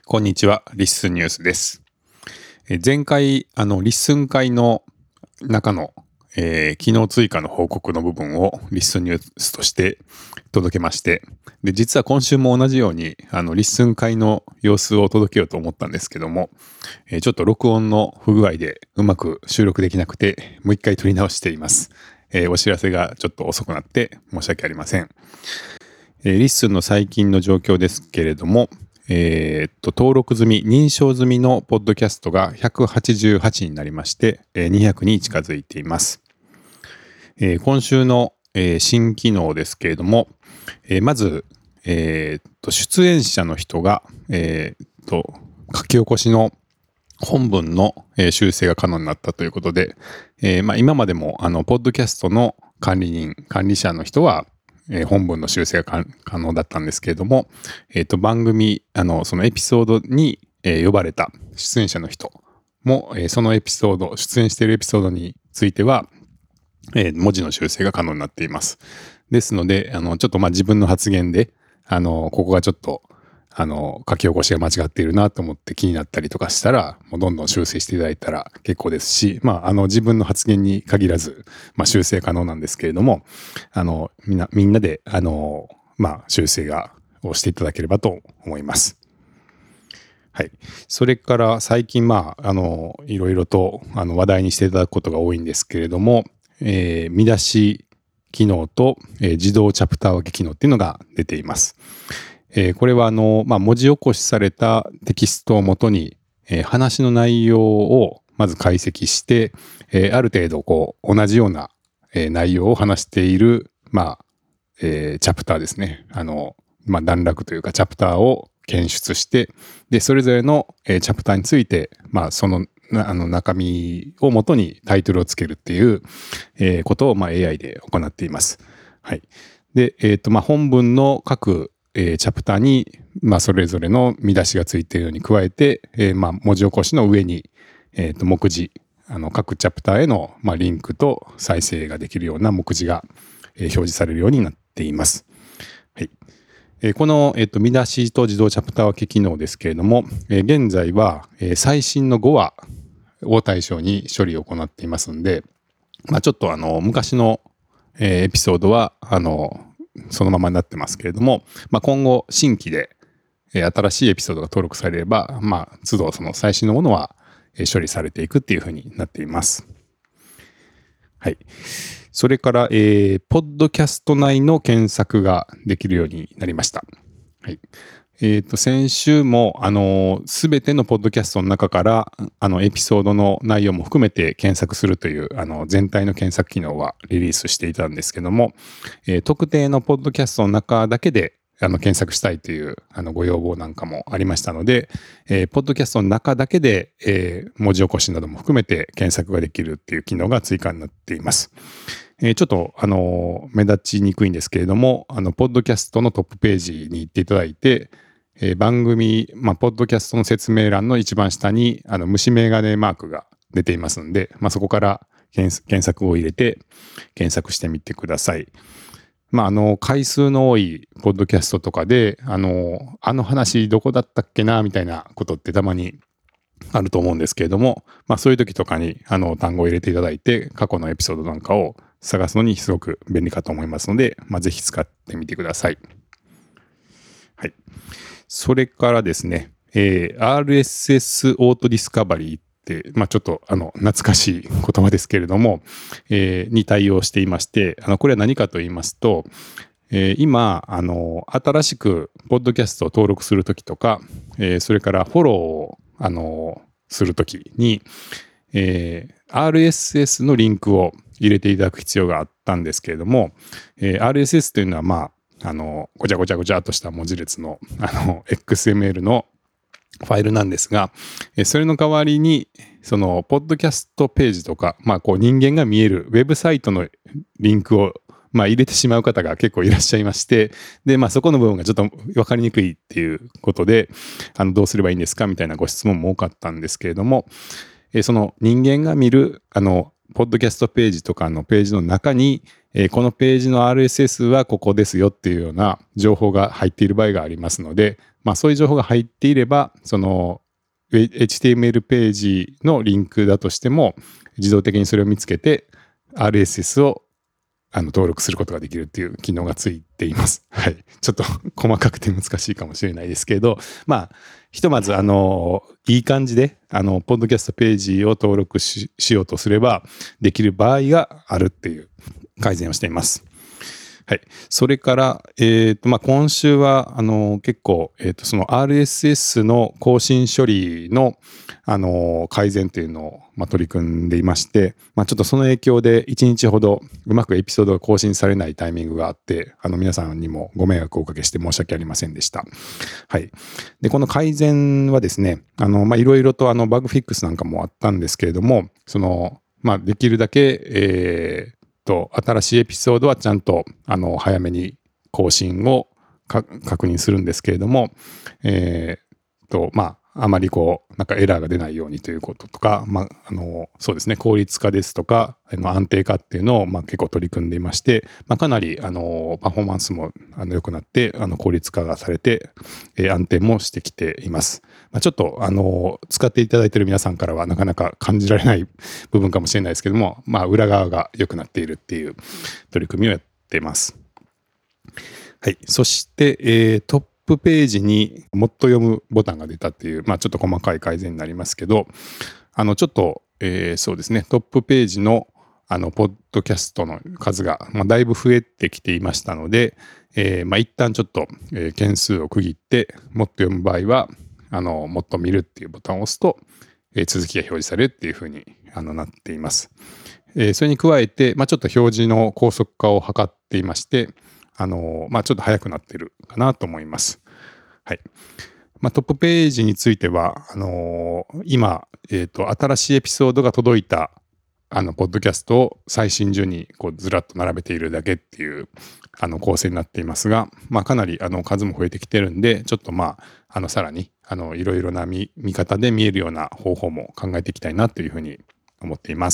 こんにちは、リッスンニュースです。前回、リッスン会の中の、機能追加の報告の部分をリッスンニュースとして届けまして、で、実は今週も同じように、リッスン会の様子を届けようと思ったんですけども、ちょっと録音の不具合でうまく収録できなくて、もう一回撮り直しています。お知らせがちょっと遅くなって申し訳ありません。リッスンの最近の状況ですけれども、登録済み、認証済みのポッドキャストが188になりまして、200に近づいています。今週の、新機能ですけれども、まず、出演者の人が、書き起こしの本文の、修正が可能になったということで、今までもポッドキャストの管理者の人は、本文の修正が可能だったんですけれども、番組そのエピソードに、呼ばれた出演者の人も、そのエピソード出演しているエピソードについては、文字の修正が可能になっています。ですのでちょっと自分の発言でここがちょっと書き起こしが間違っているなと思って気になったりとかしたら、もうどんどん修正していただいたら結構ですし、自分の発言に限らず、修正可能なんですけれども、みんなで、修正をしていただければと思います。はい。それから最近、いろいろと話題にしていただくことが多いんですけれども、見出し機能と、自動チャプター分け機能っていうのが出ています。これは文字起こしされたテキストをもとに、話の内容をまず解析して、ある程度同じような、内容を話している、チャプターですね。段落というかチャプターを検出して、で、それぞれの、チャプターについて、その中身をもとにタイトルをつけるっていう、ことをAI で行っています。はい。で、本文の各チャプターに、それぞれの見出しがついているのに加えて、文字起こしの上に、目次、各チャプターへの、リンクと再生ができるような目次が、表示されるようになっています。はい。この、見出しと自動チャプター分け機能ですけれども、現在は、最新の5話を対象に処理を行っていますので、ちょっと昔の、エピソードは、そのままになってますけれども、今後新規で新しいエピソードが登録されれば、都度その最新のものは処理されていくっていうふうになっています。はい。それから、ポッドキャスト内の検索ができるようになりました。はい。先週も、すべてのポッドキャストの中から、エピソードの内容も含めて検索するという、全体の検索機能はリリースしていたんですけども、特定のポッドキャストの中だけで、検索したいという、ご要望なんかもありましたので、ポッドキャストの中だけで、文字起こしなども含めて検索ができるっていう機能が追加になっています。ちょっと、目立ちにくいんですけれども、ポッドキャストのトップページに行っていただいて、番組、ポッドキャストの説明欄の一番下に、虫眼鏡マークが出ていますので、そこから検索を入れて検索してみてください。回数の多いポッドキャストとかで、話どこだったっけな、みたいなことってたまにあると思うんですけれども、そういう時とかに、単語を入れていただいて、過去のエピソードなんかを探すのにすごく便利かと思いますので、ぜひ使ってみてください。はい。それからですね、RSS オートディスカバリーって、ちょっと懐かしい言葉ですけれども、に対応していまして、これは何かと言いますと、今、新しくポッドキャストを登録するときとか、それからフォローをするときに、RSS のリンクを入れていただく必要があったんですけれども、RSS というのはごちゃごちゃごちゃっとした文字列のXML のファイルなんですが、それの代わりにそのポッドキャストページとか、人間が見えるウェブサイトのリンクを入れてしまう方が結構いらっしゃいまして、でそこの部分がちょっと分かりにくいっていうことで、どうすればいいんですかみたいなご質問も多かったんですけれども、その人間が見るポッドキャストページとかのページの中に、 このページの RSS はここですよっていうような情報が入っている場合がありますので、そういう情報が入っていれば、その HTML ページのリンクだとしても、自動的にそれを見つけて RSS を登録することができるっていう機能がついています。はい。ちょっと細かくて難しいかもしれないですけど、ひとまずいい感じでポッドキャストページを登録 しようとすればできる場合があるっていう改善をしています。はい。それから、今週は、結構、その RSS の更新処理の、改善というのを、取り組んでいまして、ちょっとその影響で1日ほどうまくエピソードが更新されないタイミングがあって、皆さんにもご迷惑をおかけして申し訳ありませんでした。はい。で、この改善はですね、いろいろとバグフィックスなんかもあったんですけれども、できるだけ、新しいエピソードはちゃんと早めに更新を確認するんですけれども、あまりなんかエラーが出ないようにということとか、そうですね、効率化ですとか、安定化っていうのを結構取り組んでいまして、かなりパフォーマンスも良くなって、効率化がされて、安定もしてきています。ちょっと使っていただいている皆さんからはなかなか感じられない部分かもしれないですけども、裏側が良くなっているっていう取り組みをやっています。はい。そして、トップページにもっと読むボタンが出たっていう、ちょっと細かい改善になりますけど、ちょっと、そうですね、トップページのポッドキャストの数が、だいぶ増えてきていましたので、一旦ちょっと、件数を区切って、もっと読む場合は、もっと見るっていうボタンを押すと、続きが表示されるっていうふうになっています。それに加えて、ちょっと表示の高速化を図っていまして、ちょっと早くなってるかなと思います。はい。トップページについては、今、新しいエピソードが届いた、ポッドキャストを最新順にずらっと並べているだけっていう、構成になっていますが、かなり、数も増えてきてるんで、ちょっとさらに、いろいろな見方で見えるような方法も考えていきたいなというふうに思っています。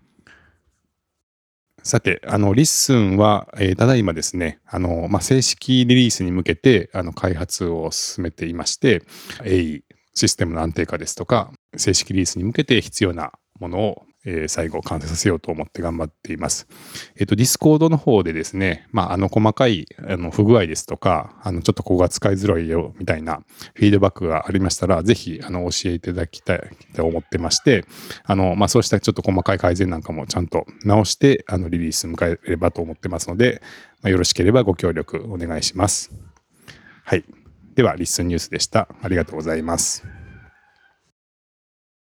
さて、リッスンは、ただいまですね、正式リリースに向けて、開発を進めていまして、システムの安定化ですとか、正式リリースに向けて必要なものを、最後完成させようと思って頑張っています。ディスコードの方でですね、細かい不具合ですとか、ちょっとここが使いづらいよみたいなフィードバックがありましたら、ぜひ教えていただきたいと思ってまして、そうしたちょっと細かい改善なんかもちゃんと直してリリース迎えればと思ってますので、よろしければご協力お願いします。はい。では、リッスンニュースでした。ありがとうございます。